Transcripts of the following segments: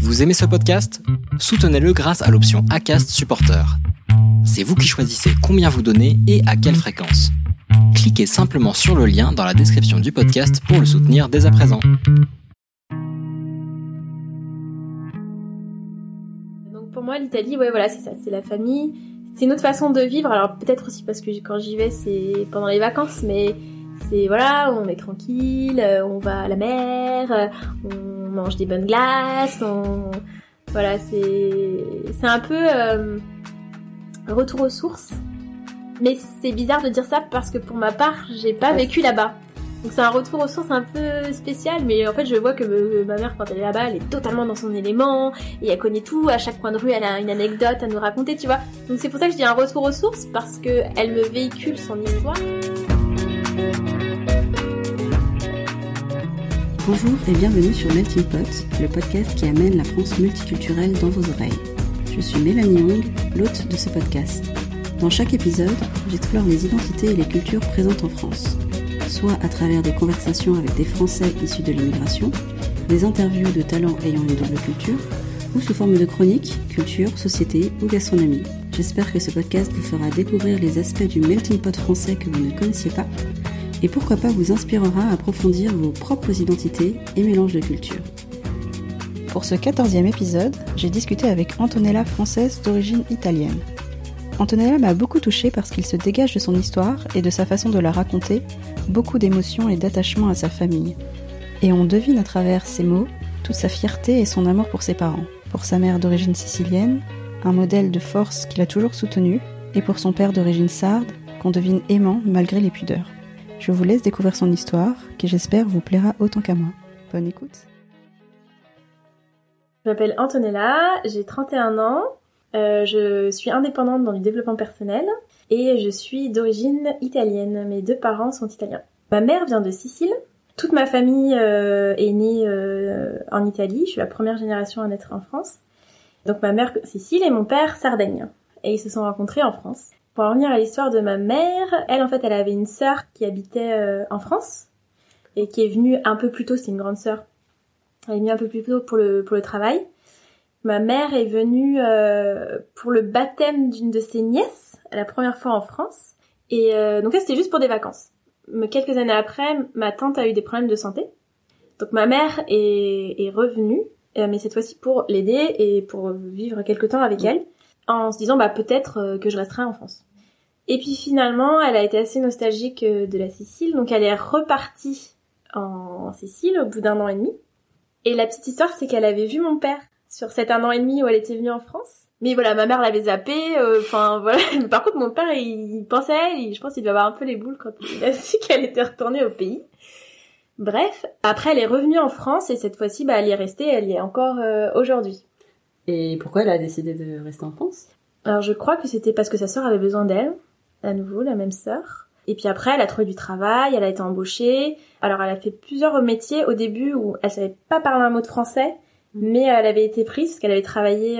Vous aimez ce podcast ? Soutenez-le grâce à l'option Acast Supporter. C'est vous qui choisissez combien vous donnez et à quelle fréquence. Cliquez simplement sur le lien dans la description du podcast pour le soutenir dès à présent. Donc pour moi, l'Italie, c'est ça, c'est la famille. C'est une autre façon de vivre. Alors peut-être aussi parce que quand j'y vais, c'est pendant les vacances, mais c'est on est tranquille, on va à la mer, on mange des bonnes glaces, c'est un peu retour aux sources. Mais c'est bizarre de dire ça parce que pour ma part, j'ai pas vécu là-bas. Donc c'est un retour aux sources un peu spécial, mais en fait je vois que ma mère quand elle est là-bas, elle est totalement dans son élément, et elle connaît tout, à chaque coin de rue elle a une anecdote à nous raconter, tu vois. Donc c'est pour ça que je dis un retour aux sources, parce que elle me véhicule son histoire. Bonjour et bienvenue sur Melting Pot, le podcast qui amène la France multiculturelle dans vos oreilles. Je suis Mélanie Young, l'hôte de ce podcast. Dans chaque épisode, j'explore les identités et les cultures présentes en France, soit à travers des conversations avec des Français issus de l'immigration, des interviews de talents ayant une double culture, ou sous forme de chroniques, culture, société ou gastronomie. J'espère que ce podcast vous fera découvrir les aspects du melting pot français que vous ne connaissiez pas, et pourquoi pas vous inspirera à approfondir vos propres identités et mélanges de cultures. Pour ce 14e épisode, j'ai discuté avec Antonella, française d'origine italienne. Antonella m'a beaucoup touchée parce qu'il se dégage de son histoire et de sa façon de la raconter beaucoup d'émotions et d'attachement à sa famille. Et on devine à travers ses mots toute sa fierté et son amour pour ses parents. Pour sa mère d'origine sicilienne, un modèle de force qu'il a toujours soutenu, et pour son père d'origine sarde, qu'on devine aimant malgré les pudeurs. Je vous laisse découvrir son histoire, qui j'espère vous plaira autant qu'à moi. Bonne écoute. Je m'appelle Antonella, j'ai 31 ans, je suis indépendante dans le développement personnel et je suis d'origine italienne. Mes deux parents sont italiens. Ma mère vient de Sicile. Toute ma famille est née en Italie. Je suis la première génération à naître en France. Donc ma mère Sicile et mon père Sardaigne. Et ils se sont rencontrés en France. Pour en revenir à l'histoire de ma mère, elle avait une sœur qui habitait en France et qui est venue un peu plus tôt, c'est une grande sœur. Elle est venue un peu plus tôt pour le travail. Ma mère est venue pour le baptême d'une de ses nièces, la première fois en France. Et donc là, c'était juste pour des vacances. Mais quelques années après, ma tante a eu des problèmes de santé. Donc ma mère est revenue, mais cette fois-ci pour l'aider et pour vivre quelque temps avec elle, en se disant peut-être que je resterai en France. Et puis finalement, elle a été assez nostalgique de la Sicile, donc elle est repartie en Sicile au bout d'1 an et demi. Et la petite histoire, c'est qu'elle avait vu mon père sur cet 1 an et demi où elle était venue en France. Mais voilà, ma mère l'avait zappé, Par contre, mon père, il pensait à elle, je pense qu'il devait avoir un peu les boules quand il a su qu'elle était retournée au pays. Bref, après elle est revenue en France et cette fois-ci, elle y est restée, elle y est encore aujourd'hui. Et pourquoi elle a décidé de rester en France ? Alors je crois que c'était parce que sa sœur avait besoin d'elle, à nouveau, la même sœur. Et puis après, elle a trouvé du travail, elle a été embauchée. Alors elle a fait plusieurs métiers au début où elle savait pas parler un mot de français, mais elle avait été prise parce qu'elle avait travaillé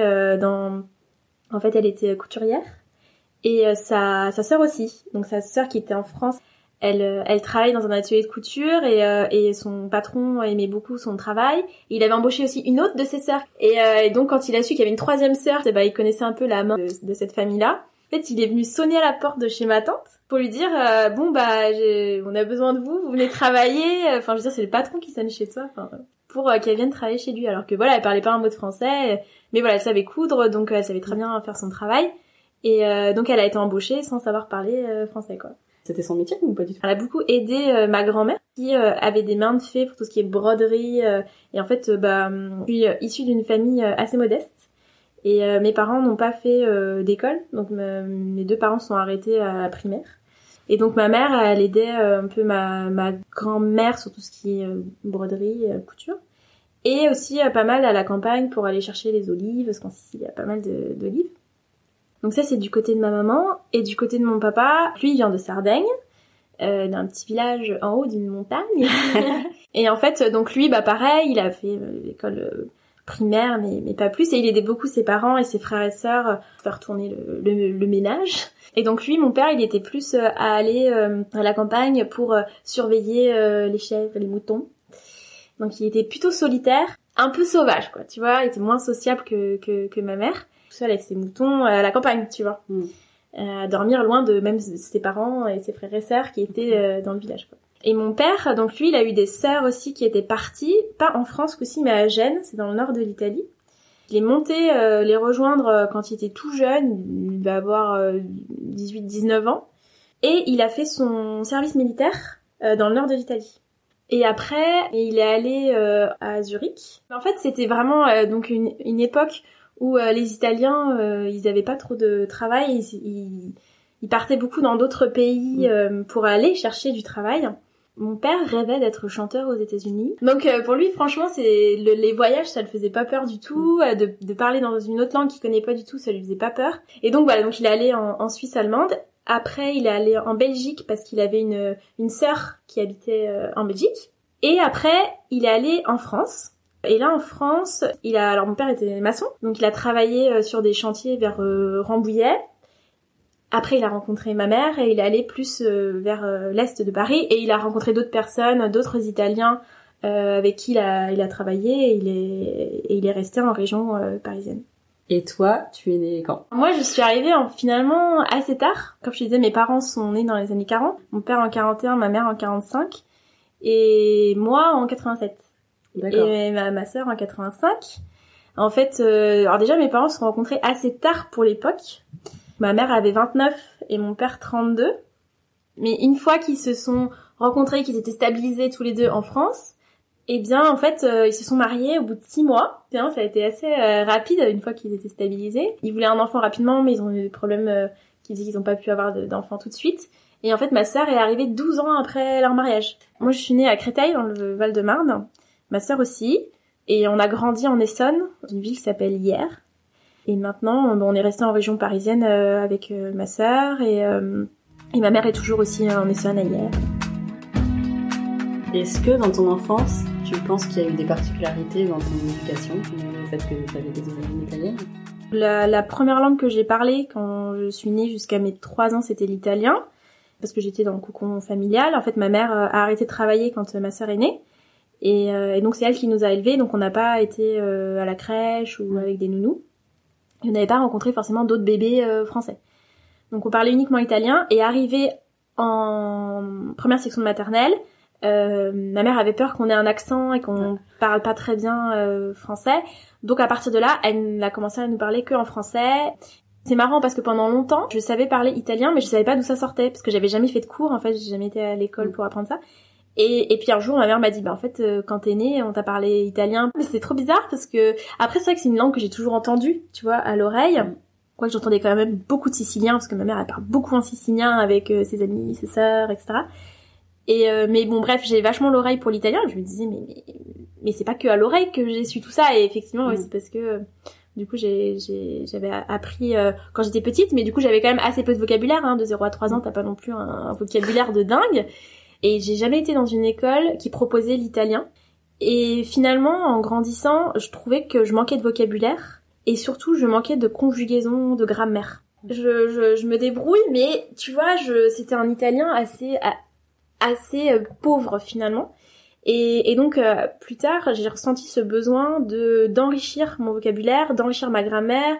En fait, elle était couturière. Et sa sœur aussi. Donc sa sœur qui était en France, elle travaille dans un atelier de couture et son patron aimait beaucoup son travail. Et il avait embauché aussi une autre de ses sœurs. Et donc quand il a su qu'il y avait une troisième sœur, il connaissait un peu la main de cette famille-là. En fait, il est venu sonner à la porte de chez ma tante pour lui dire on a besoin de vous, vous venez travailler. C'est le patron qui sonne chez toi. Pour qu'elle vienne travailler chez lui. Alors que elle parlait pas un mot de français, mais elle savait coudre, donc elle savait très bien faire son travail. Et donc elle a été embauchée sans savoir parler français, quoi. C'était son métier ou pas du tout ? Elle a beaucoup aidé ma grand-mère qui avait des mains de fée pour tout ce qui est broderie. Et en fait, je suis issue d'une famille assez modeste. Et mes parents n'ont pas fait d'école, donc mes deux parents sont arrêtés à la primaire. Et donc ma mère, elle aidait un peu ma grand-mère sur tout ce qui est broderie, couture. Et aussi pas mal à la campagne pour aller chercher les olives, parce qu'en Sicile, il y a pas mal d'olives. Donc ça, c'est du côté de ma maman. Et du côté de mon papa, lui, il vient de Sardaigne, d'un petit village en haut d'une montagne. Et en fait, donc lui, pareil, il a fait l'école primaire, mais pas plus. Et il aidait beaucoup ses parents et ses frères et sœurs pour faire tourner le ménage. Et donc lui, mon père, il était plus à aller à la campagne pour surveiller les chèvres et les moutons. Donc il était plutôt solitaire. un peu sauvage, quoi, tu vois. Il était moins sociable que ma mère, tout seul avec ses moutons à la campagne, tu vois. À dormir loin de même ses parents et ses frères et sœurs qui étaient dans le village, quoi. Et mon père, donc lui, il a eu des sœurs aussi qui étaient parties, pas en France aussi, mais à Gênes, c'est dans le nord de l'Italie. Il est monté les rejoindre quand il était tout jeune, il devait avoir 18-19 ans, et il a fait son service militaire dans le nord de l'Italie. Et après, il est allé à Zurich. En fait, c'était vraiment donc une époque où les Italiens, ils avaient pas trop de travail, ils partaient beaucoup dans d'autres pays pour aller chercher du travail. Mon père rêvait d'être chanteur aux États-Unis. Donc pour lui, franchement, les voyages, ça le faisait pas peur du tout. De parler dans une autre langue qu'il connaît pas du tout, ça lui faisait pas peur. Et donc voilà, donc il est allé en Suisse allemande. Après, il est allé en Belgique parce qu'il avait une sœur qui habitait en Belgique. Et après, il est allé en France. Et là, en France, alors mon père était maçon, donc il a travaillé sur des chantiers vers Rambouillet. Après, il a rencontré ma mère et il est allé plus vers l'est de Paris et il a rencontré d'autres personnes, d'autres Italiens avec qui il a travaillé et il est resté en région parisienne. Et toi, tu es née quand? Moi, je suis arrivée finalement assez tard. Comme je te disais, mes parents sont nés dans les années 40. Mon père en 41, ma mère en 45 et moi en 87. D'accord. Et ma sœur en 85. En fait, alors déjà, mes parents se sont rencontrés assez tard pour l'époque. Ma mère avait 29 et mon père 32. Mais une fois qu'ils se sont rencontrés, qu'ils étaient stabilisés tous les deux en France, eh bien, en fait, ils se sont mariés au bout de 6 mois. Ça a été assez rapide une fois qu'ils étaient stabilisés. Ils voulaient un enfant rapidement, mais ils ont eu des problèmes qui faisaient qu'ils n'ont pas pu avoir d'enfant tout de suite. Et en fait, ma sœur est arrivée 12 ans après leur mariage. Moi, je suis née à Créteil, dans le Val-de-Marne. Ma sœur aussi. Et on a grandi en Essonne, dans une ville qui s'appelle Hyères. Et maintenant, on est resté en région parisienne avec ma sœur et ma mère est toujours aussi en Essonne à Hyères. Est-ce que dans ton enfance, tu penses qu'il y a eu des particularités dans ton éducation, le fait que tu avais des origines italiennes? La première langue que j'ai parlée quand je suis née jusqu'à mes 3 ans, c'était l'italien, parce que j'étais dans le cocon familial. En fait, ma mère a arrêté de travailler quand ma sœur est née. Et donc c'est elle qui nous a élevés, donc on n'a pas été à la crèche ou avec des nounous. Et on n'avait pas rencontré forcément d'autres bébés français. Donc on parlait uniquement italien, et arrivé en première section de maternelle, ma mère avait peur qu'on ait un accent et qu'on parle pas très bien français. Donc à partir de là, elle a commencé à nous parler que en français. C'est marrant parce que pendant longtemps, je savais parler italien, mais je savais pas d'où ça sortait, parce que j'avais jamais fait de cours, en fait, j'ai jamais été à l'école pour apprendre ça. Et puis un jour, ma mère m'a dit, en fait, quand t'es née, on t'a parlé italien. Mais c'est trop bizarre parce que, après, c'est vrai que c'est une langue que j'ai toujours entendue, tu vois, à l'oreille. Quoique j'entendais quand même beaucoup de sicilien, parce que ma mère, elle parle beaucoup en sicilien avec ses amis, ses sœurs, etc. Mais bon, bref, j'ai vachement l'oreille pour l'italien. Je me disais, mais c'est pas que à l'oreille que j'ai su tout ça. Et effectivement, ouais, c'est parce que, du coup, j'avais appris quand j'étais petite, mais du coup, j'avais quand même assez peu de vocabulaire, hein. De 0 à 3 ans, t'as pas non plus un vocabulaire de dingue. Et j'ai jamais été dans une école qui proposait l'italien. Et finalement, en grandissant, je trouvais que je manquais de vocabulaire. Et surtout, je manquais de conjugaison, de grammaire. Je me débrouille, mais tu vois, c'était un italien assez pauvre finalement. Et donc, plus tard, j'ai ressenti ce besoin d'enrichir mon vocabulaire, d'enrichir ma grammaire,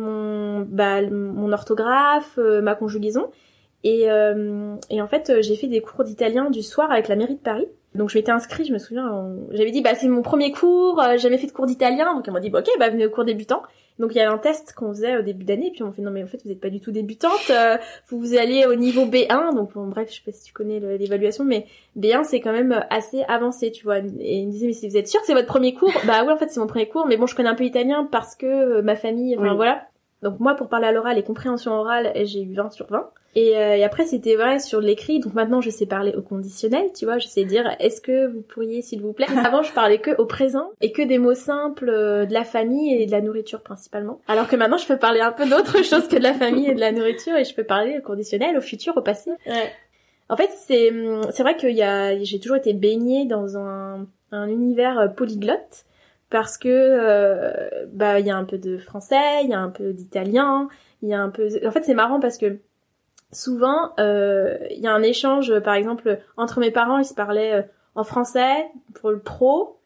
mon orthographe, ma conjugaison. Et en fait, j'ai fait des cours d'italien du soir avec la mairie de Paris. Donc je m'étais inscrite, je me souviens, j'avais dit c'est mon premier cours, j'ai jamais fait de cours d'italien, donc elle m'a dit ok, venez au cours débutant. Donc il y avait un test qu'on faisait au début d'année, puis on fait non mais en fait vous êtes pas du tout débutante, vous allez au niveau B1, donc bon, bref, je sais pas si tu connais l'évaluation, mais B1 c'est quand même assez avancé, tu vois. Et il me disait mais si vous êtes sûre que c'est votre premier cours? Bah oui en fait c'est mon premier cours, mais bon je connais un peu l'italien parce que ma famille, enfin voilà. Donc moi pour parler à l'oral et compréhension orale, j'ai eu 20 sur 20. Et après c'était vrai sur l'écrit, donc maintenant je sais parler au conditionnel, tu vois, je sais dire est-ce que vous pourriez s'il vous plaît. Avant je parlais que au présent et que des mots simples de la famille et de la nourriture principalement. Alors que maintenant je peux parler un peu d'autre chose que de la famille et de la nourriture et je peux parler au conditionnel, au futur, au passé. Ouais. En fait c'est vrai que j'ai toujours été baignée dans un univers polyglotte. Parce que il y a un peu de français, il y a un peu d'italien, il y a un peu en fait c'est marrant parce que souvent il y a un échange par exemple entre mes parents, ils se parlaient en français pour le pro,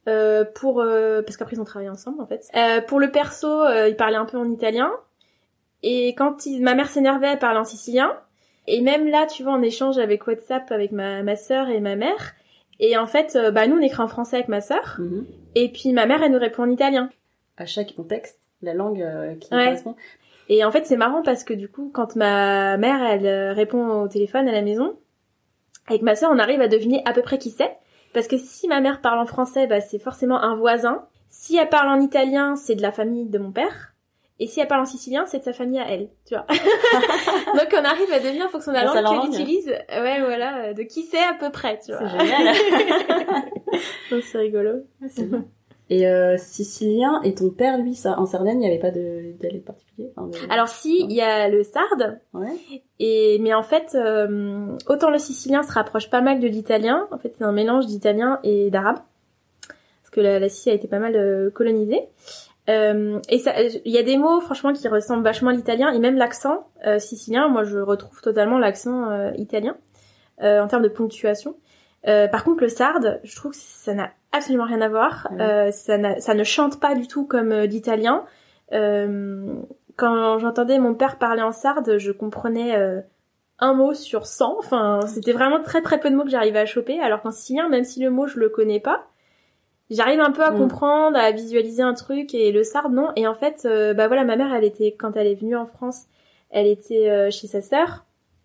parce qu'après ils ont travaillé ensemble en fait. Pour le perso, il parlait un peu en italien. Et quand ma mère s'énervait, elle parlait en sicilien. Et même là, tu vois, en échange avec WhatsApp avec ma sœur et ma mère. Et en fait, nous on écrit en français avec ma sœur. Et puis ma mère, elle nous répond en italien. À chaque contexte, la langue qui correspond. Et en fait, c'est marrant parce que du coup, quand ma mère, elle répond au téléphone à la maison, avec ma sœur, on arrive à deviner à peu près qui c'est. Parce que si ma mère parle en français, c'est forcément un voisin. Si elle parle en italien, c'est de la famille de mon père. Et si elle parle en sicilien, c'est de sa famille à elle, tu vois. Donc on arrive à deviner en fonction de la langue qu'elle utilise. Ouais, voilà, de qui c'est à peu près, tu vois. C'est génial. Donc c'est rigolo. C'est bien. Et sicilien, et ton père, lui, ça, en Sardaigne, il n'y avait pas de dialecte particulier? Alors si, il y a le sarde. Ouais. Mais en fait, autant le sicilien se rapproche pas mal de l'italien. En fait, c'est un mélange d'italien et d'arabe. Parce que la Sicile a été pas mal colonisée. Et ça, il y a des mots, franchement, qui ressemblent vachement à l'italien. Et même l'accent sicilien, moi, je retrouve totalement l'accent italien en termes de ponctuation. Par contre, le sarde, je trouve que ça n'a absolument rien à voir. Ça ne chante pas du tout comme l'italien. Quand j'entendais mon père parler en sarde, je comprenais un mot sur 100. Enfin, c'était vraiment très très peu de mots que j'arrivais à choper. Alors qu'en sicilien, même si le mot je le connais pas, j'arrive un peu à comprendre, à visualiser un truc. Et le sarde, non. Et en fait, voilà, ma mère, quand elle est venue en France, elle était chez sa sœur.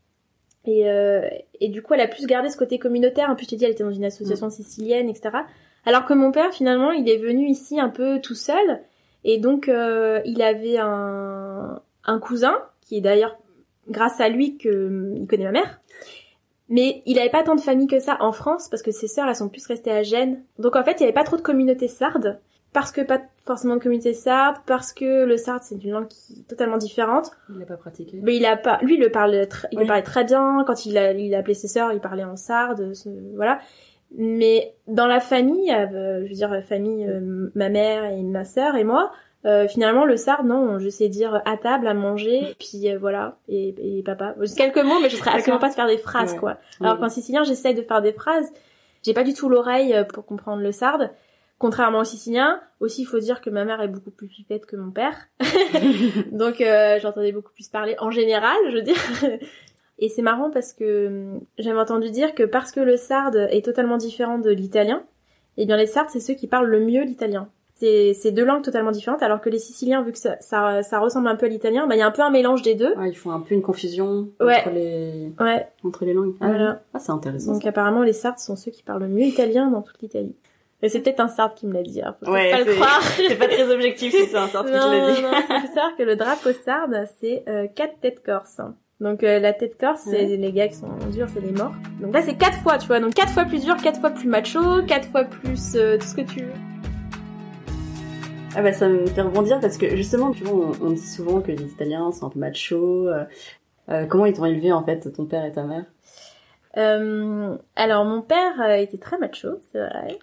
Et du coup, elle a plus gardé ce côté communautaire. En plus, je t'ai dit, elle était dans une association sicilienne, etc. Alors que mon père, finalement, il est venu ici un peu tout seul. Et donc, il avait un cousin, qui est d'ailleurs grâce à lui qu'il connaît ma mère. Mais il avait pas tant de famille que ça en France, parce que ses sœurs, elles sont plus restées à Gênes. Donc en fait, il y avait pas trop de communauté sarde. Parce que pas forcément de communauté sarde, parce que le sarde, c'est une langue qui est totalement différente. Il l'a pas pratiqué. Mais il a pas, lui, il le parlait très bien. Quand il appelait ses sœurs, il parlait en sarde, voilà. Mais dans la famille, je veux dire, famille, ma mère et ma sœur et moi, finalement, le sarde, non, je sais dire à table, à manger, puis voilà, et papa. Juste quelques mots, mais je serais absolument pas de faire des phrases, quoi. Alors qu'en sicilien, j'essaye de faire des phrases. J'ai pas du tout l'oreille pour comprendre le sarde. Contrairement au sicilien, aussi il faut dire que ma mère est beaucoup plus pipette que mon père. Donc j'entendais beaucoup plus parler en général, je veux dire. Et c'est marrant parce que j'avais entendu dire que parce que le sarde est totalement différent de l'italien, eh bien les sardes c'est ceux qui parlent le mieux l'italien. C'est deux langues totalement différentes, alors que les siciliens, vu que ça ressemble un peu à l'italien, il y a un peu un mélange des deux. Ouais, ils font un peu une confusion entre les langues. Voilà. C'est intéressant. Donc apparemment les sardes sont ceux qui parlent le mieux italien dans toute l'Italie. Mais c'est peut-être un sarde qui me l'a dit, hein. Faut pas le croire. C'est pas très objectif si c'est un sarde qui te l'a dit. Non, il faut savoir que le drapeau sarde, c'est 4 têtes corse. Donc la tête corse, c'est les gars qui sont durs, c'est les morts. Donc là, c'est 4 fois, tu vois. Donc 4 fois plus dur, 4 fois plus macho, 4 fois plus tout ce que tu veux. Ah ça me fait rebondir parce que justement, tu vois, on dit souvent que les Italiens sont un peu machos. Comment ils t'ont élevé, en fait, ton père et ta mère? Alors, mon père était très macho, c'est vrai.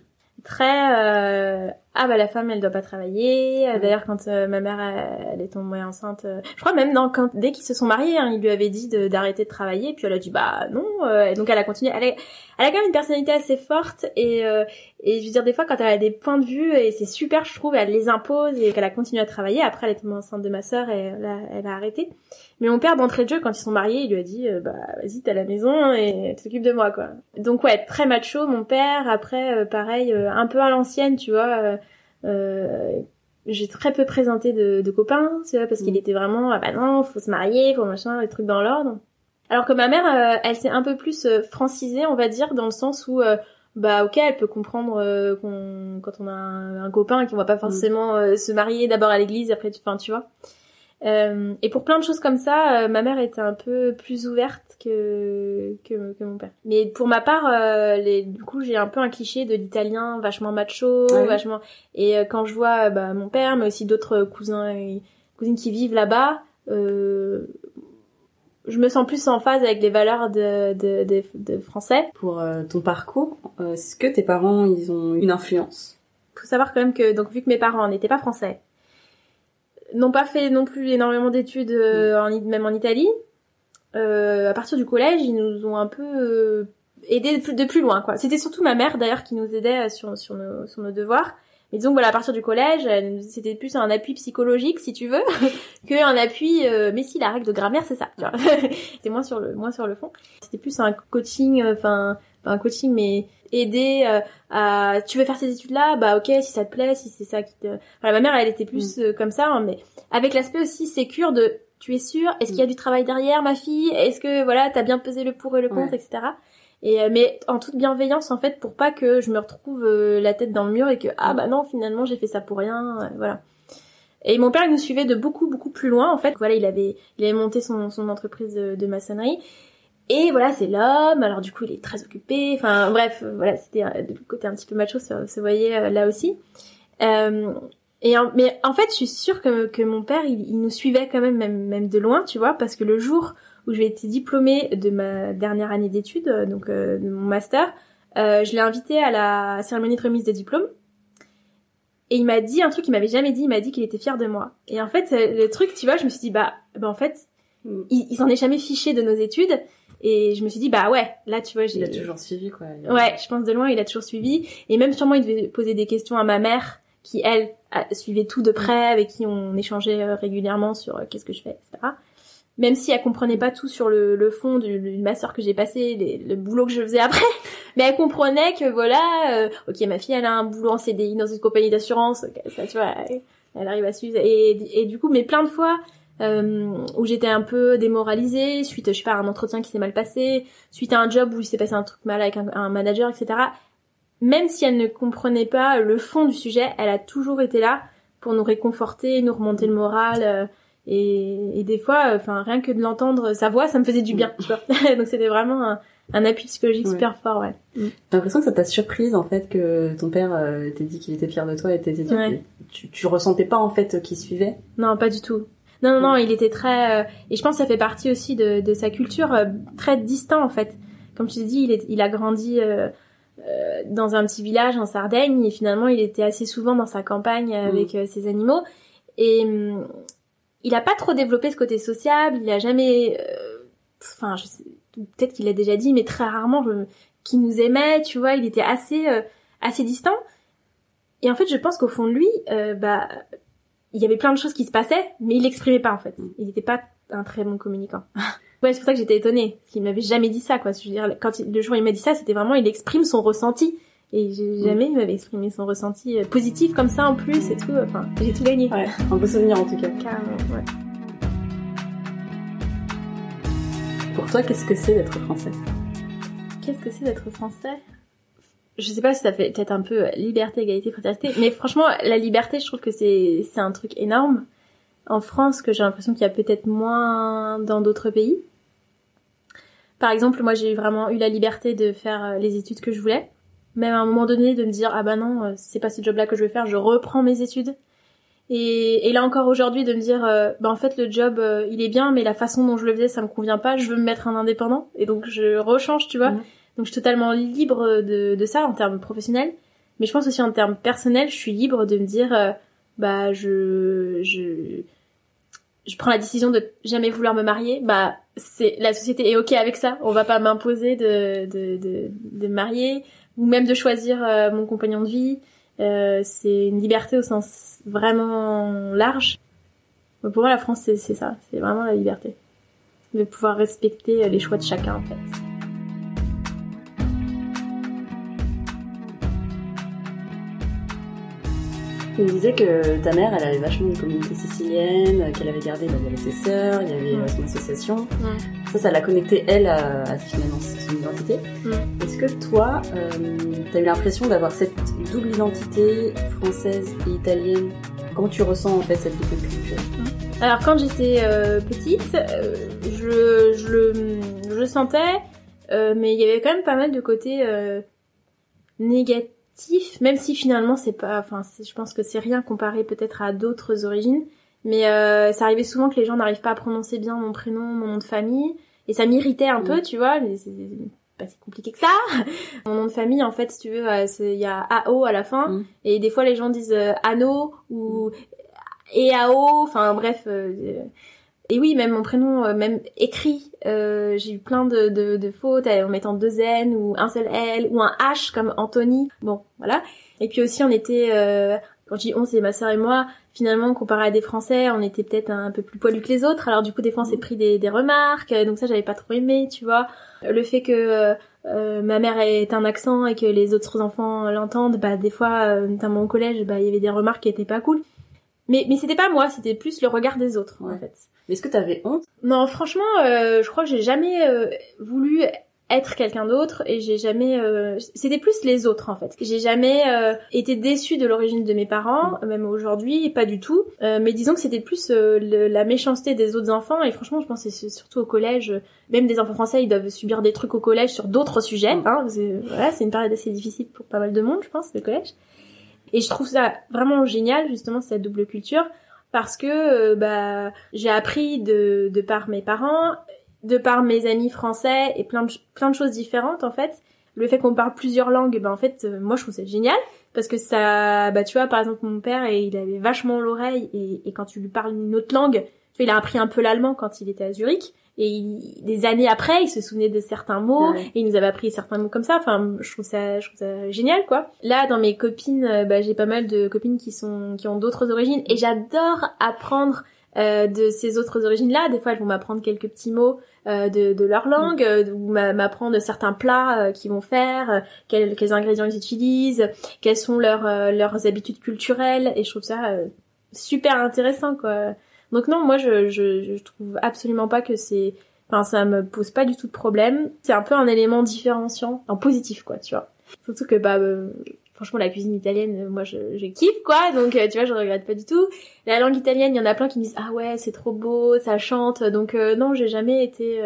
Très la femme elle doit pas travailler. D'ailleurs quand ma mère elle est tombée enceinte, je crois même dès qu'ils se sont mariés, il lui avait dit d'arrêter de travailler, puis elle a dit non, et donc elle a continué. Elle a quand même une personnalité assez forte et je veux dire des fois quand elle a des points de vue et c'est super, je trouve, elle les impose et qu'elle a continué à travailler. Après elle est tombée enceinte de ma sœur et elle a arrêté. Mais mon père d'entrée de jeu, quand ils sont mariés, il lui a dit vas-y, t'es à la maison et tu t'occupes de moi, quoi. Donc ouais, très macho mon père. Après pareil, un peu à l'ancienne, tu vois. J'ai très peu présenté de copains, tu vois, parce qu'il était vraiment non, faut se marier, faut machin, les trucs dans l'ordre. Alors que ma mère, elle s'est un peu plus francisée, on va dire, dans le sens où ok, elle peut comprendre quand on a un copain qu'on va pas forcément se marier d'abord à l'église, après tu vois. Et pour plein de choses comme ça, ma mère était un peu plus ouverte que mon père. Mais pour ma part, du coup, j'ai un peu un cliché de l'italien vachement macho, vachement. Et quand je vois mon père, mais aussi d'autres cousins et cousines qui vivent là-bas, je me sens plus en phase avec les valeurs de français. Pour ton parcours, est-ce que tes parents, ils ont une influence? Faut savoir quand même que donc vu que mes parents n'étaient pas français, n'ont pas fait non plus énormément d'études même en Italie. À partir du collège, ils nous ont un peu aider de plus loin, quoi. C'était surtout ma mère, d'ailleurs, qui nous aidait sur nos devoirs. Mais disons que voilà, à partir du collège, c'était plus un appui psychologique, si tu veux, qu'un appui, mais si, la règle de grammaire, c'est ça, tu vois. C'était moins sur le fond. C'était plus un coaching, un coaching, mais aider à, tu veux faire ces études-là, bah ok, si ça te plaît, si c'est ça qui te... Voilà, ma mère, elle était plus comme ça, hein, mais avec l'aspect aussi sécure de, tu es sûre, est-ce qu'il y a du travail derrière, ma fille? Est-ce que, voilà, t'as bien pesé le pour et le contre, etc. Et mais en toute bienveillance en fait, pour pas que je me retrouve la tête dans le mur et que bah non, finalement j'ai fait ça pour rien, voilà. Et mon père il nous suivait de beaucoup plus loin en fait. Voilà, il avait monté son entreprise de maçonnerie. Et voilà, c'est l'homme, alors du coup il est très occupé, enfin bref, voilà, c'était le côté un petit peu macho se voyait là aussi. Mais en fait, je suis sûre que mon père il nous suivait quand même de loin, tu vois, parce que le jour où j'ai été diplômée de ma dernière année d'études, de mon master, je l'ai invité à la cérémonie de remise des diplômes. Et il m'a dit un truc qu'il m'avait jamais dit, il m'a dit qu'il était fier de moi. Et en fait, le truc, tu vois, je me suis dit, en fait, il s'en est jamais fiché de nos études. Et je me suis dit, ouais, là, tu vois, il a toujours suivi, quoi. Ouais, je pense de loin, il a toujours suivi. Et même sûrement, il devait poser des questions à ma mère, qui, elle, suivait tout de près, avec qui on échangeait régulièrement sur qu'est-ce que je fais, etc. Même si elle comprenait pas tout sur le fond du master que j'ai passé, le boulot que je faisais après, mais elle comprenait que voilà, ok, ma fille elle a un boulot en CDI dans une compagnie d'assurance, ça tu vois, elle arrive à suivre. Et du coup, mais plein de fois où j'étais un peu démoralisée suite, je sais pas, à un entretien qui s'est mal passé, suite à un job où il s'est passé un truc mal avec un manager, etc. Même si elle ne comprenait pas le fond du sujet, elle a toujours été là pour nous réconforter, nous remonter le moral. Et des fois, rien que de l'entendre, sa voix, ça me faisait du bien, tu vois. Donc c'était vraiment un appui psychologique super fort, ouais. T'as l'impression que ça t'a surprise, en fait, que ton père t'ait dit qu'il était fier de toi et tes études. Ouais. Tu ressentais pas, en fait, qu'il suivait? Non, pas du tout. Non, il était très... et je pense que ça fait partie aussi de sa culture, très distinct, en fait. Comme je t'ai dit, il a grandi dans un petit village en Sardaigne, et finalement, il était assez souvent dans sa campagne avec ses animaux. Et... il a pas trop développé ce côté sociable, il a jamais... je sais, peut-être qu'il l'a déjà dit, mais très rarement qu'il nous aimait, tu vois, il était assez distant. Et en fait, je pense qu'au fond de lui, il y avait plein de choses qui se passaient, mais il l'exprimait pas, en fait. Il n'était pas un très bon communicant. Ouais, c'est pour ça que j'étais étonnée, parce qu'il m'avait jamais dit ça, quoi. Je veux dire, le jour où il m'a dit ça, c'était vraiment, il exprime son ressenti. Et jamais il m'avait exprimé son ressenti positif comme ça en plus et tout. J'ai tout gagné. Ouais, un beau souvenir en tout cas. Carrément, ouais. Pour toi, qu'est-ce que c'est d'être français? Qu'est-ce que c'est d'être français? Je sais pas si ça fait peut-être un peu liberté, égalité, fraternité, mais franchement, la liberté, je trouve que c'est un truc énorme. En France, que j'ai l'impression qu'il y a peut-être moins dans d'autres pays. Par exemple, moi, j'ai vraiment eu la liberté de faire les études que je voulais. Même à un moment donné de me dire non, c'est pas ce job-là que je vais faire, je reprends mes études. Et là encore aujourd'hui de me dire en fait le job il est bien, mais la façon dont je le faisais ça me convient pas, je veux me mettre un indépendant et donc je rechange, tu vois. Donc je suis totalement libre de ça en termes professionnels, mais je pense aussi en termes personnels, je suis libre de me dire je prends la décision de jamais vouloir me marier, c'est la société est OK avec ça, on va pas m'imposer de me marier ou même de choisir mon compagnon de vie. C'est une liberté au sens vraiment large. Mais pour moi, la France, c'est ça. C'est vraiment la liberté. De pouvoir respecter les choix de chacun, en fait. Tu me disais que ta mère, elle avait vachement une communauté sicilienne, qu'elle avait gardé, il y avait ses sœurs, il y avait son association. Ça l'a connecté, elle, à finalement son identité. Est-ce que toi, t'as eu l'impression d'avoir cette double identité française et italienne? Comment tu ressens, en fait, cette double culture? Alors, quand j'étais petite, je le sentais, mais il y avait quand même pas mal de côtés négatifs. Même si finalement c'est pas, je pense que c'est rien comparé peut-être à d'autres origines, mais ça arrivait souvent que les gens n'arrivent pas à prononcer bien mon prénom, mon nom de famille, et ça m'irritait un peu, tu vois, c'est pas si compliqué que ça. Mon nom de famille, en fait, si tu veux, il y a AO à la fin, et des fois les gens disent Ano ou EAO, bref. Et oui, même mon prénom, même écrit, j'ai eu plein de fautes en mettant 2 N ou un seul L ou un H comme Anthony. Bon, voilà. Et puis aussi, on était, quand je dis on, c'est ma sœur et moi, finalement, comparé à des Français, on était peut-être un peu plus poilus que les autres. Alors du coup, des fois, on s'est pris des remarques. Donc ça, j'avais pas trop aimé, tu vois. Le fait que ma mère ait un accent et que les autres enfants l'entendent, bah des fois, notamment au collège, bah il y avait des remarques qui étaient pas cool. Mais c'était pas moi, c'était plus le regard des autres, en fait. Mais est-ce que t'avais honte? Non, franchement, je crois que j'ai jamais voulu être quelqu'un d'autre et j'ai jamais... C'était plus les autres, en fait. J'ai jamais été déçue de l'origine de mes parents, même aujourd'hui, pas du tout. Mais disons que c'était plus la méchanceté des autres enfants et franchement, je pense que c'est surtout au collège. Même des enfants français, ils doivent subir des trucs au collège sur d'autres sujets. Hein, voilà, c'est une période assez difficile pour pas mal de monde, je pense, le collège. Et je trouve ça vraiment génial, justement, cette double culture, parce que j'ai appris de par mes parents, de par mes amis français et plein de choses différentes, en fait. Le fait qu'on parle plusieurs langues, en fait, moi, je trouve ça génial, parce que ça, tu vois, par exemple, mon père, il avait vachement l'oreille, et quand tu lui parles une autre langue, tu vois, il a appris un peu l'allemand quand il était à Zurich, et des années après, il se souvenait de certains mots, et il nous avait appris certains mots comme ça. Enfin, je trouve ça génial, quoi. Là, dans mes copines, j'ai pas mal de copines qui ont d'autres origines, et j'adore apprendre de ces autres origines-là. Des fois, elles vont m'apprendre quelques petits mots de leur langue, ou m'apprendre certains plats qu'ils vont faire, quels ingrédients ils utilisent, quelles sont leurs habitudes culturelles, et je trouve ça super intéressant, quoi. Donc non, moi je trouve absolument pas que ça me pose pas du tout de problème. C'est un peu un élément différenciant, en positif, quoi, tu vois. Surtout que franchement, la cuisine italienne, moi je kiffe, quoi, donc tu vois, je regrette pas du tout. La langue italienne, il y en a plein qui me disent ah ouais, c'est trop beau, ça chante. Donc non, j'ai jamais été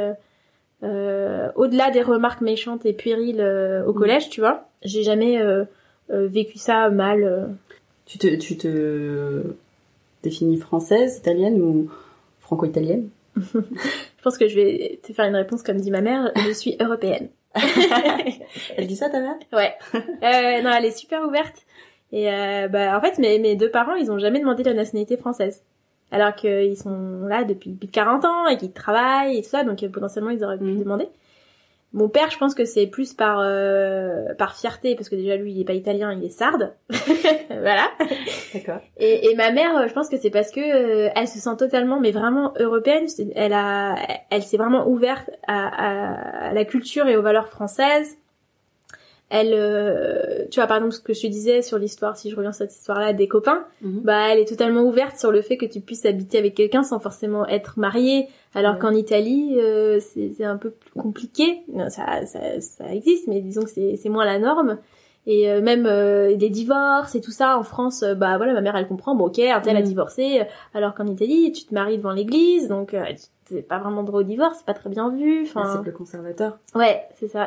au-delà des remarques méchantes et puériles au collège, tu vois. J'ai jamais vécu ça mal. Tu te définis française, italienne ou franco-italienne? Je pense que je vais te faire une réponse comme dit ma mère, je suis européenne. Elle dit ça, ta mère? Ouais. Non, elle est super ouverte. Et en fait, mes 2 parents, ils ont jamais demandé la nationalité française. Alors qu'ils sont là depuis plus de 40 ans et qu'ils travaillent et tout ça, donc potentiellement ils auraient pu demander. Mon père, je pense que c'est plus par fierté, parce que déjà lui, il est pas italien, il est sarde. Voilà. D'accord. Et ma mère, je pense que c'est parce que elle se sent totalement, mais vraiment européenne. Elle s'est vraiment ouverte à la culture et aux valeurs françaises. Elle, tu vois, par exemple, ce que je te disais sur l'histoire, si je reviens sur cette histoire-là, des copains, elle est totalement ouverte sur le fait que tu puisses habiter avec quelqu'un sans forcément être marié, alors qu'en Italie, c'est un peu plus compliqué. Non, ça existe, mais disons que c'est moins la norme. Et même les divorces et tout ça, en France, voilà, ma mère, elle comprend, bon, ok, un tel a divorcé, alors qu'en Italie, tu te maries devant l'église, donc c'est pas vraiment droit au divorce, c'est pas très bien vu. C'est plus conservateur. Ouais, c'est ça.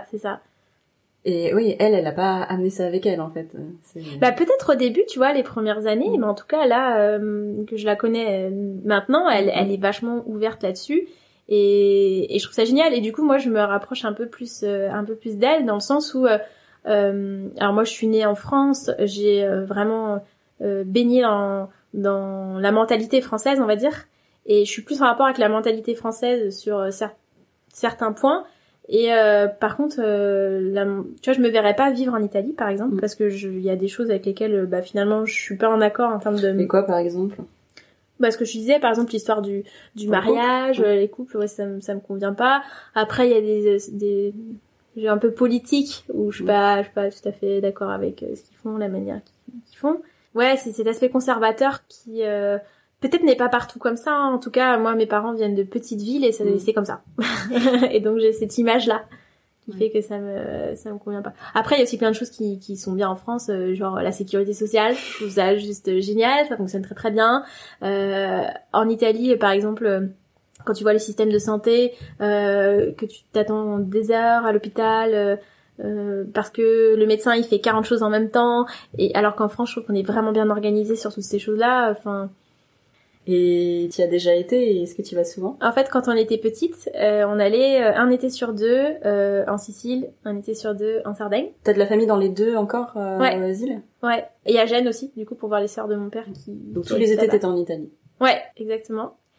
Et oui, elle a pas amené ça avec elle, en fait. Peut-être au début, tu vois, les premières années, mais en tout cas, là, que je la connais maintenant, elle est vachement ouverte là-dessus. Et je trouve ça génial. Et du coup, moi, je me rapproche un peu plus d'elle, dans le sens où, alors moi, je suis née en France, j'ai vraiment baigné dans la mentalité française, on va dire. Et je suis plus en rapport avec la mentalité française sur certains points. Et par contre, tu vois, je me verrais pas vivre en Italie, par exemple, parce que il y a des choses avec lesquelles, finalement, je suis pas en accord en termes de... Et quoi, par exemple? Ce que je disais, par exemple, l'histoire du mariage, les couples, ouais, ça me convient pas. Après, il y a des jeux un peu politiques où je suis pas tout à fait d'accord avec ce qu'ils font, la manière qu'ils font. Ouais, c'est cet aspect conservateur qui... peut-être n'est pas partout comme ça, hein. En tout cas, moi, mes parents viennent de petites villes et c'est comme ça. Et donc, j'ai cette image-là qui fait que ça me convient pas. Après, il y a aussi plein de choses qui sont bien en France, genre la sécurité sociale. Je trouve ça juste génial, ça fonctionne très très bien. En Italie, par exemple, quand tu vois le système de santé, que tu t'attends des heures à l'hôpital... parce que le médecin il fait 40 choses en même temps, et alors qu'en France, je trouve qu'on est vraiment bien organisé sur toutes ces choses-là. Enfin... Et tu y as déjà été, et est-ce que tu y vas souvent? En fait, quand on était petite, on allait un été sur 2 en Sicile, un été sur 2 en Sardaigne. T'as de la famille dans les deux encore aux îles? Ouais. Et à Gênes aussi, du coup, pour voir les sœurs de mon père qui... Donc tous les étés t'étais en Italie? Ouais, exactement.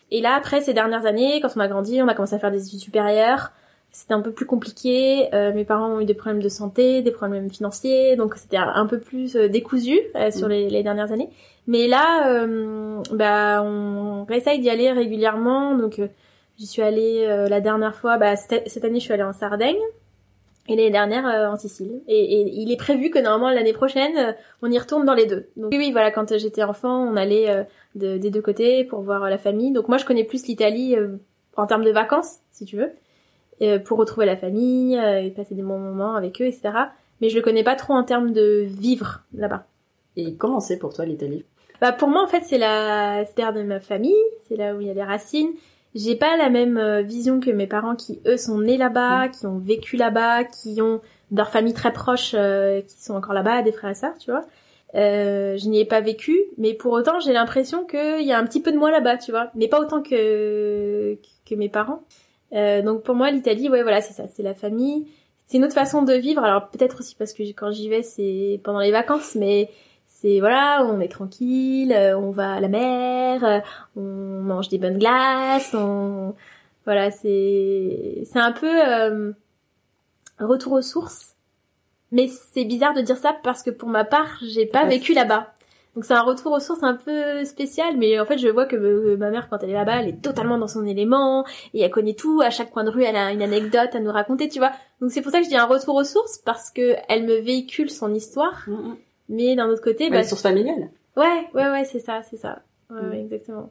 Et là, après ces dernières années, quand on a grandi, on a commencé à faire des études supérieures. C'était un peu plus compliqué. Mes parents ont eu des problèmes de santé, des problèmes financiers, donc c'était un peu plus décousu sur les dernières années. Mais là, on réessaye d'y aller régulièrement. Donc, j'y suis allée la dernière fois. Cette année, je suis allée en Sardaigne. Et l'année dernière en Sicile. Et il est prévu que normalement l'année prochaine, on y retourne dans les deux. Donc oui, voilà, quand j'étais enfant, on allait des deux côtés pour voir la famille. Donc moi, je connais plus l'Italie en termes de vacances, si tu veux, pour retrouver la famille et passer des bons moments avec eux, etc. Mais je le connais pas trop en termes de vivre là-bas. Et comment c'est pour toi l'Italie? Pour moi, en fait, c'est terre de ma famille, c'est là où il y a les racines. J'ai pas la même vision que mes parents qui, eux, sont nés là-bas, qui ont vécu là-bas, qui ont leurs familles très proches qui sont encore là-bas, des frères et sœurs, tu vois. Je n'y ai pas vécu, mais pour autant, j'ai l'impression qu'il y a un petit peu de moi là-bas, tu vois. Mais pas autant que mes parents. Donc pour moi, l'Italie, ouais, voilà, c'est ça, c'est la famille. C'est une autre façon de vivre. Alors peut-être aussi parce que quand j'y vais, c'est pendant les vacances, mais c'est voilà, on est tranquille, on va à la mer, on mange des bonnes glaces, voilà, c'est un peu retour aux sources. Mais c'est bizarre de dire ça parce que pour ma part, j'ai pas vécu là-bas. Donc c'est un retour aux sources un peu spécial, mais en fait je vois que ma mère quand elle est là-bas, elle est totalement dans son élément et elle connaît tout, à chaque coin de rue elle a une anecdote à nous raconter, tu vois. Donc c'est pour ça que je dis un retour aux sources parce que elle me véhicule son histoire. Mais d'un autre côté, la source familiale. Ouais, c'est ça. Ouais, exactement.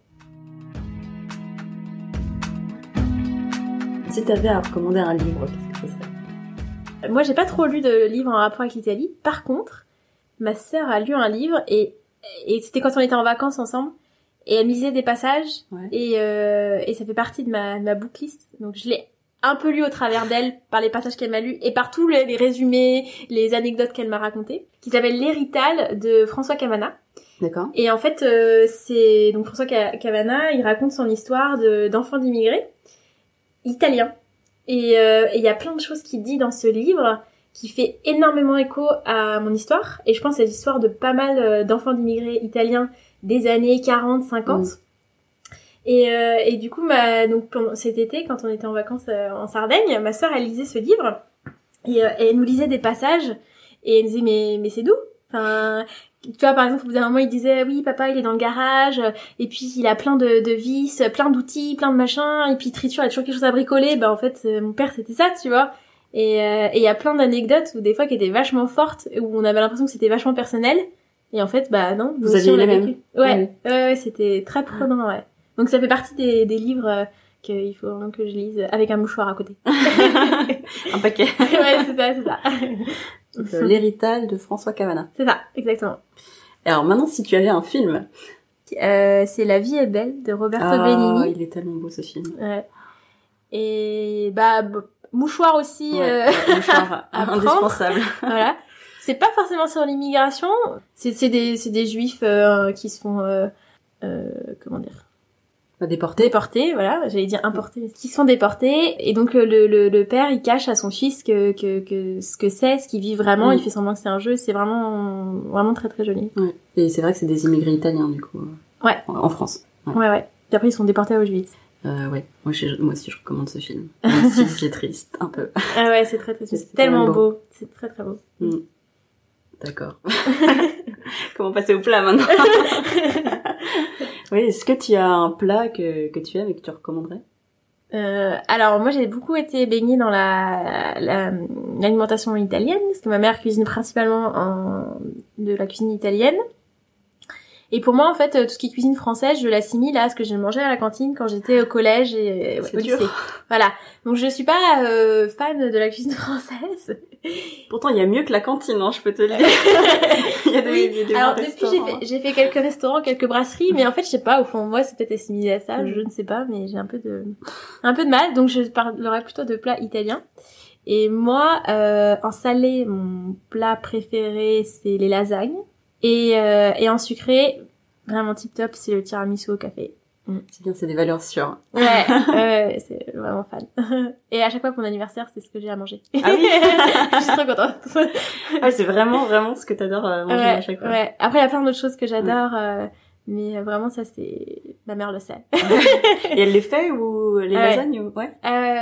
Si t'avais à recommander un livre, qu'est-ce que ce serait? Moi, j'ai pas trop lu de livres en rapport avec l'Italie. Par contre, ma sœur a lu un livre et c'était quand on était en vacances ensemble et elle me lisait des passages et ça fait partie de ma booklist. Donc je l'ai un peu lu au travers d'elle par les passages qu'elle m'a lus et par tous les résumés, les anecdotes qu'elle m'a racontées, qui s'appelle L'Hérital de François Cavana. D'accord. Et en fait, c'est donc François Cavana, il raconte son histoire d'enfant d'immigrés italien. Et il y a plein de choses qu'il dit dans ce livre qui fait énormément écho à mon histoire. Et je pense à l'histoire de pas mal d'enfants d'immigrés italiens des années 40, 50. Et du coup, donc pendant cet été, quand on était en vacances en Sardaigne, ma sœur, elle lisait ce livre et elle nous lisait des passages et elle disait mais c'est doux. Enfin, tu vois, par exemple, au bout d'un moment, il disait oui, papa, il est dans le garage et puis il a plein de vis, plein d'outils, plein de machins et puis il triture, il a toujours quelque chose à bricoler. En fait, mon père, c'était ça, tu vois. Et il y a plein d'anecdotes où des fois qui étaient vachement fortes, où on avait l'impression que c'était vachement personnel. Et en fait, non. Vous aviez les mêmes. Ouais, c'était très prenant, ouais. Donc ça fait partie des livres qu'il faut vraiment que je lise avec un mouchoir à côté. Un paquet. Ouais, c'est ça. Donc, L'Hérital de François Cavana. C'est ça, exactement. Et alors maintenant, si tu avais un film. C'est La vie est belle de Roberto Benigni. Il est tellement beau ce film. Ouais. Et mouchoir aussi mouchoir indispensable. Voilà. C'est pas forcément sur l'immigration, c'est des juifs qui se font comment dire, déportés, voilà, j'allais dire importés, mais qui se font déporter et donc le père il cache à son fils que ce que c'est, ce qu'il vit vraiment, il fait semblant que c'est un jeu, c'est vraiment très très joli. Ouais. Et c'est vrai que c'est des immigrés italiens du coup. Ouais. En France. Ouais. Puis après ils sont déportés à Auschwitz. Ouais, moi aussi je recommande ce film. Même si c'est triste, un peu. Ah ouais, c'est très très triste. C'est tellement beau. C'est très très beau. D'accord. Comment passer au plat maintenant? Oui, est-ce que tu as un plat que tu aimes et que tu recommanderais? Alors moi j'ai beaucoup été baignée dans l'alimentation italienne, parce que ma mère cuisine principalement de la cuisine italienne. Et pour moi, en fait, tout ce qui est cuisine française, je l'assimile à ce que j'ai mangé à la cantine quand j'étais au collège et au lycée. Voilà. Donc je suis pas fan de la cuisine française. Pourtant, il y a mieux que la cantine, hein, je peux te le dire. Il y a des alors depuis j'ai fait quelques restaurants, quelques brasseries, mais en fait, je sais pas, au fond moi, c'est peut-être assimilé à ça, je ne sais pas, mais j'ai un peu de mal, donc je parlerai plutôt de plats italiens. Et moi, en salé, mon plat préféré, c'est les lasagnes. Et en sucré, vraiment tip top, c'est le tiramisu au café. C'est bien, c'est des valeurs sûres. Ouais, c'est vraiment fan. Et à chaque fois pour mon anniversaire, c'est ce que j'ai à manger. Ah oui. Je suis trop contente. Ah, c'est vraiment ce que t'adores manger à chaque fois. Ouais. Après, il y a plein d'autres choses que j'adore, mais vraiment ça c'est Ma mère le sait. Et elle les fait ou les lasagnes ou... Ouais.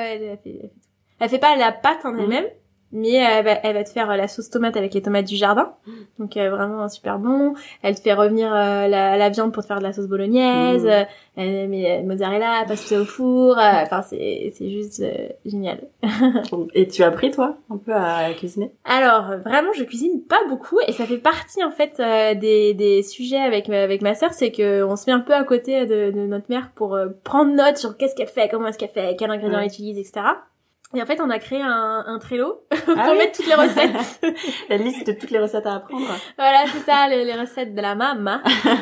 Elle fait pas la pâte en elle-même, mais elle va te faire la sauce tomate avec les tomates du jardin. Donc vraiment super bon. Elle te fait revenir la viande pour te faire de la sauce bolognaise. Elle met mozzarella, passe au four. Enfin c'est juste génial. Et tu as appris toi un peu à cuisiner? Alors vraiment je cuisine pas beaucoup et ça fait partie en fait des sujets avec ma sœur, c'est que on se met un peu à côté de notre mère pour prendre note sur qu'est-ce qu'elle fait, comment est-ce qu'elle fait, quel ingrédient elle utilise, etc. Et en fait, on a créé un Trello pour mettre toutes les recettes. La liste de toutes les recettes à apprendre. Voilà, c'est ça, les recettes de la maman.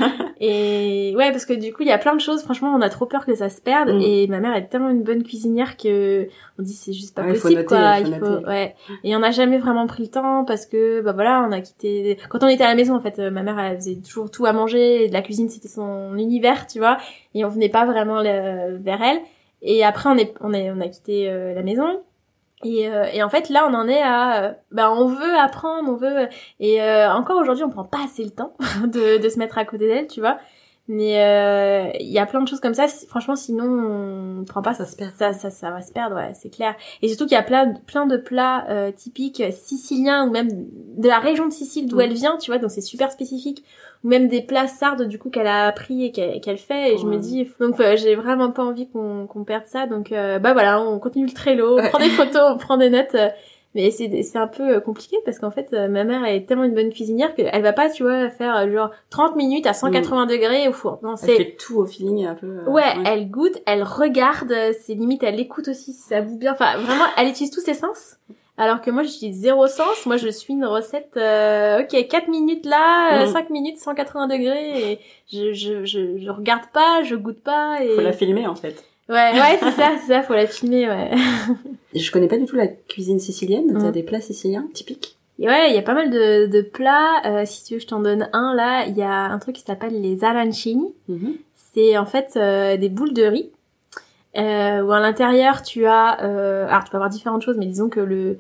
Et ouais, parce que du coup, il y a plein de choses. Franchement, on a trop peur que ça se perde. Et ma mère est tellement une bonne cuisinière que on dit c'est juste pas possible, quoi. Il faut, ouais. Et on n'a jamais vraiment pris le temps parce que, bah voilà, on a quitté. Quand on était à la maison, en fait, ma mère elle faisait toujours tout à manger. Et de la cuisine, c'était son univers, tu vois. Et on venait pas vraiment vers elle. Et après on a quitté la maison et en fait là on en est à on veut apprendre, on veut et encore aujourd'hui on prend pas assez le temps de se mettre à côté d'elle, tu vois. Mais il y a plein de choses comme ça, franchement sinon on prend pas, ça se perd. Ça va se perdre, ouais, c'est clair. Et surtout qu'il y a plein de plats typiques siciliens ou même de la région de Sicile d'où elle vient, tu vois, donc c'est super spécifique. Ou même des plats sardes du coup qu'elle a appris et qu'elle fait et je me dis donc j'ai vraiment pas envie qu'on perde ça, donc voilà, on continue le Trello, on prend des photos, on prend des notes, mais c'est un peu compliqué parce qu'en fait ma mère est tellement une bonne cuisinière qu'elle va pas, tu vois, faire genre 30 minutes à 180 degrés au four. Non, elle fait tout au feeling un peu. Ouais, elle goûte, elle regarde, c'est limite elle écoute aussi si ça bout bien, enfin vraiment elle utilise tous ses sens. Alors que moi, j'utilise 0 sens. Moi, je suis une recette, 4 minutes là, 5 minutes, 180 degrés, et je regarde pas, je goûte pas, et... Faut la filmer, en fait. Ouais, c'est ça, faut la filmer, ouais. Je connais pas du tout la cuisine sicilienne. T'as des plats siciliens typiques? Et ouais, il y a pas mal de plats. Si tu veux, je t'en donne un, là. Il y a un truc qui s'appelle les arancini. C'est, en fait, des boules de riz. Où à l'intérieur tu as alors tu peux avoir différentes choses, mais disons que le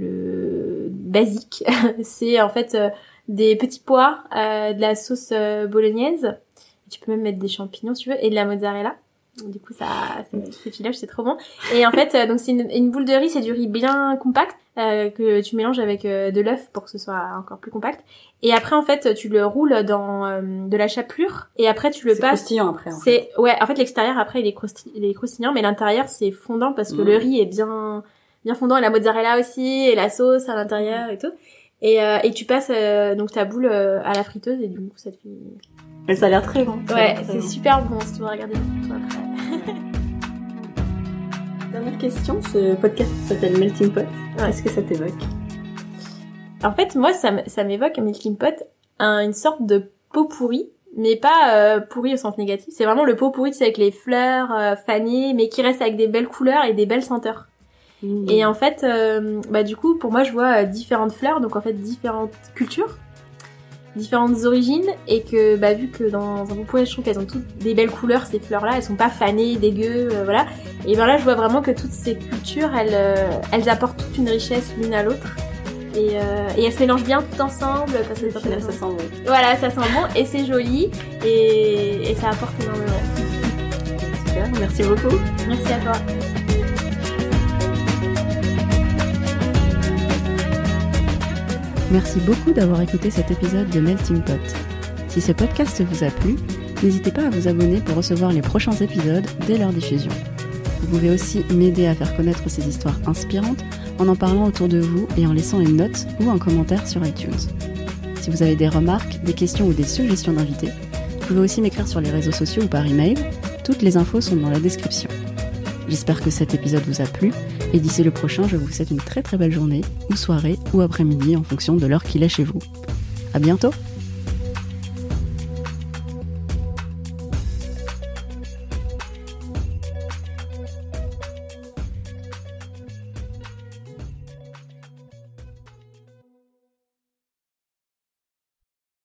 basique c'est en fait des petits pois, de la sauce bolognaise, tu peux même mettre des champignons si tu veux, et de la mozzarella. Du coup c'est filage, c'est trop bon. Et en fait donc c'est une boule de riz, c'est du riz bien compact que tu mélanges avec de l'œuf pour que ce soit encore plus compact. Et après en fait tu le roules dans de la chapelure et après tu le passes. C'est croustillant après. En fait l'extérieur après il est croustillant, mais l'intérieur c'est fondant parce que le riz est bien fondant, et la mozzarella aussi, et la sauce à l'intérieur et tout. Et tu passes donc ta boule à la friteuse et du coup ça te fait. Et ça a l'air très bon. Ouais, c'est super bon si tu veux regarder les photos après. Dernière question, ce podcast s'appelle Melting Pot. Ouais. Qu'est-ce que ça t'évoque? En fait, moi, ça m'évoque un melting pot, une sorte de pot pourri, mais pas pourri au sens négatif. C'est vraiment le pot pourri, tu sais, avec les fleurs fanées, mais qui reste avec des belles couleurs et des belles senteurs. Et en fait, du coup, pour moi, je vois différentes fleurs, donc en fait, différentes cultures, différentes origines, et que vu que dans un pot pourri, je trouve qu'elles ont toutes des belles couleurs, ces fleurs-là, elles sont pas fanées, dégueu, voilà. Et là, je vois vraiment que toutes ces cultures, elles apportent toute une richesse l'une à l'autre. Et elles se mélangent bien toutes ensemble parce que ça sent bon. Voilà, ça sent bon et c'est joli et ça apporte énormément. Super, merci beaucoup. Merci à toi. Merci beaucoup d'avoir écouté cet épisode de Melting Pot. Si ce podcast vous a plu, n'hésitez pas à vous abonner pour recevoir les prochains épisodes dès leur diffusion. Vous pouvez aussi m'aider à faire connaître ces histoires inspirantes en parlant autour de vous et en laissant une note ou un commentaire sur iTunes. Si vous avez des remarques, des questions ou des suggestions d'invités, vous pouvez aussi m'écrire sur les réseaux sociaux ou par email. Toutes les infos sont dans la description. J'espère que cet épisode vous a plu et d'ici le prochain, je vous souhaite une très très belle journée ou soirée ou après-midi en fonction de l'heure qu'il est chez vous. À bientôt!